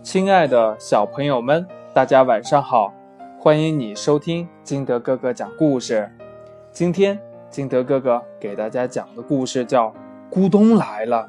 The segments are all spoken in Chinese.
亲爱的小朋友们，大家晚上好，欢迎你收听金德哥哥讲故事。今天金德哥哥给大家讲的故事叫咕咚来了。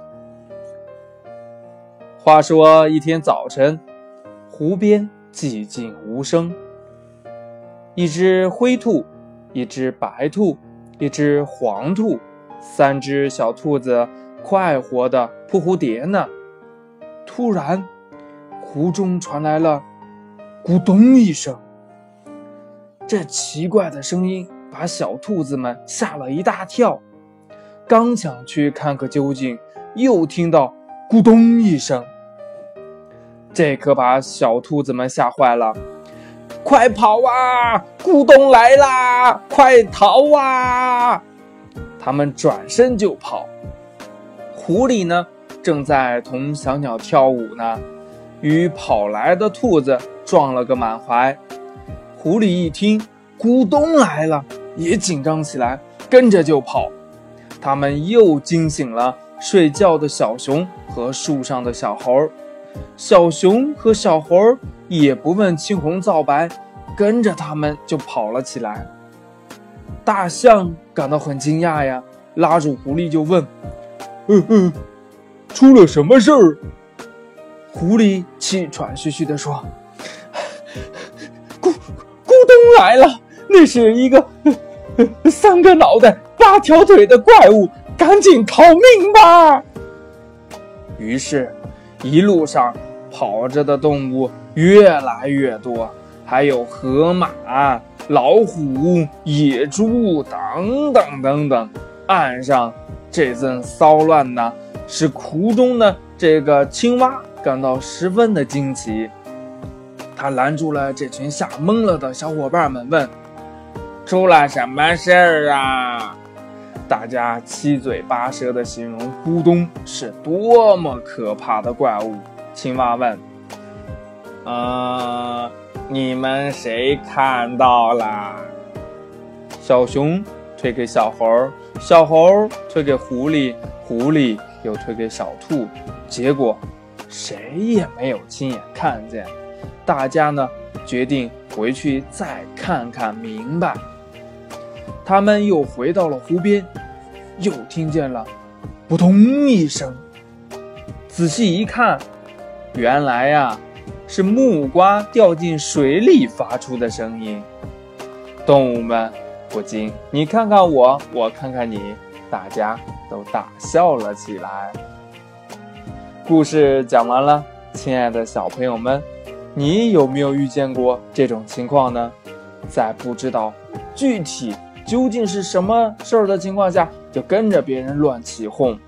话说一天早晨，湖边寂静无声，一只灰兔，一只白兔，一只黄兔，3只小兔子快活地扑蝴蝶呢。突然湖中传来了咕咚一声，这奇怪的声音把小兔子们吓了一大跳，刚想去看个究竟，又听到咕咚一声，这可把小兔子们吓坏了，快跑啊，咕咚来啦，快逃啊！他们转身就跑。湖里呢，正在同小鸟跳舞呢，与跑来的兔子撞了个满怀。狐狸一听咕咚来了，也紧张起来，跟着就跑。他们又惊醒了睡觉的小熊和树上的小猴。小熊和小猴也不问青红皂白，跟着他们就跑了起来。大象感到很惊讶呀，拉住狐狸就问：出了什么事儿？狐狸气喘吁吁地说：咕咚来了，那是一个3个脑袋8条腿的怪物，赶紧逃命吧！于是一路上跑着的动物越来越多，还有河马、老虎、野猪等等等等。岸上这阵骚乱呢，使湖中的这个青蛙感到十分的惊奇。他拦住了这群吓懵了的小伙伴们，问：出了什么事儿啊？大家七嘴八舌地形容咕咚是多么可怕的怪物。青蛙问：你们谁看到了？小熊推给小猴，小猴推给狐狸，狐狸又推给小兔，结果谁也没有亲眼看见。大家呢，决定回去再看看明白。他们又回到了湖边，又听见了扑通一声，仔细一看，原来呀，是木瓜掉进水里发出的声音。动物们不禁你看看我，我看看你，大家都大笑了起来。故事讲完了，亲爱的小朋友们，你有没有遇见过这种情况呢？在不知道具体究竟是什么事儿的情况下，就跟着别人乱起哄。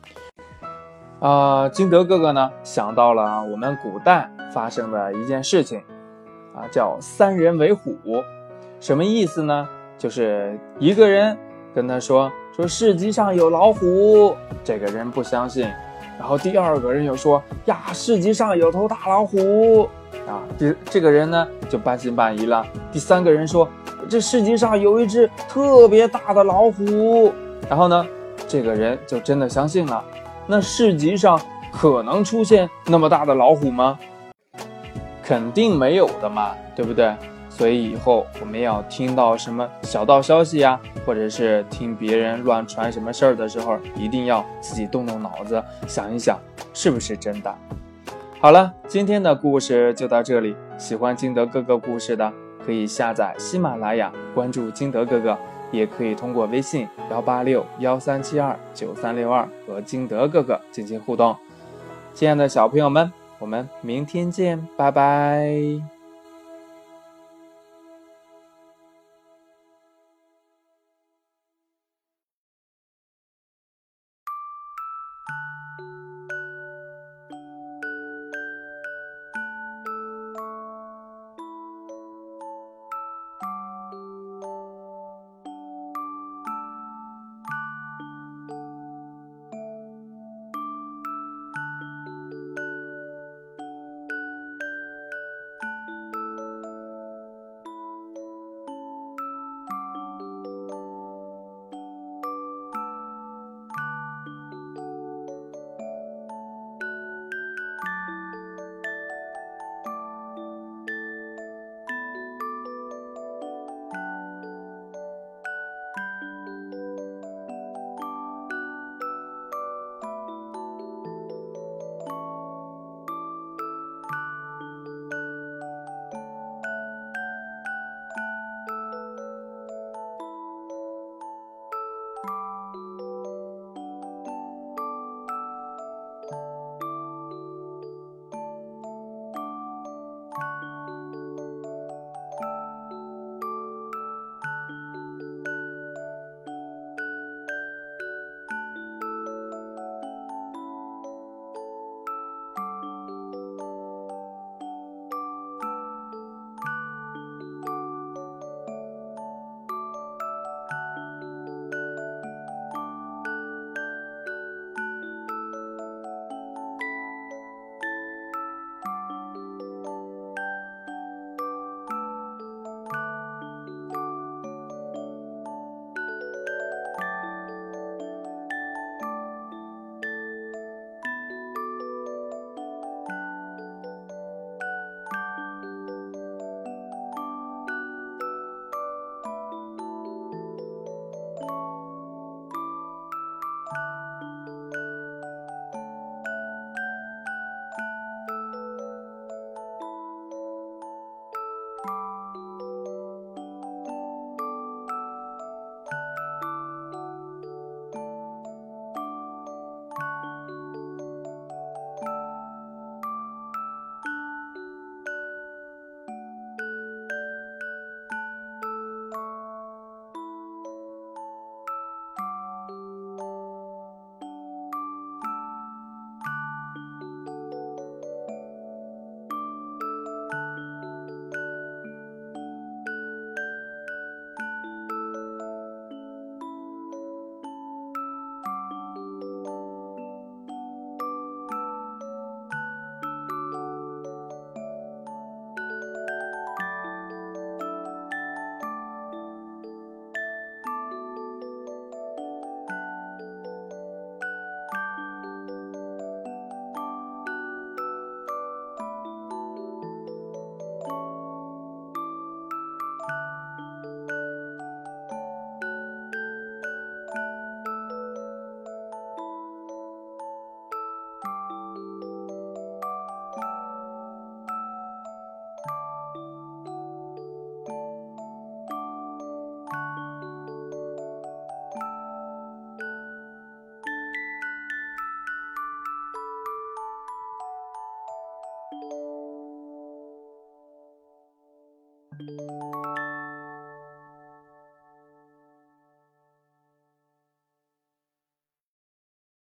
金德哥哥呢，想到了我们古代发生的一件事情，叫3人为虎。什么意思呢？就是一个人跟他说市集上有老虎，这个人不相信，然后第二个人又说呀，市集上有头大老虎这个人呢就半信半疑了。第3个人说这市集上有一只特别大的老虎，然后呢这个人就真的相信了。那市集上可能出现那么大的老虎吗？肯定没有的嘛，对不对？所以以后我们要听到什么小道消息呀，或者是听别人乱传什么事儿的时候，一定要自己动动脑子，想一想是不是真的。好了，今天的故事就到这里。喜欢金德哥哥故事的，可以下载喜马拉雅，关注金德哥哥，也可以通过微信18613729362和金德哥哥进行互动。亲爱的小朋友们，我们明天见，拜拜。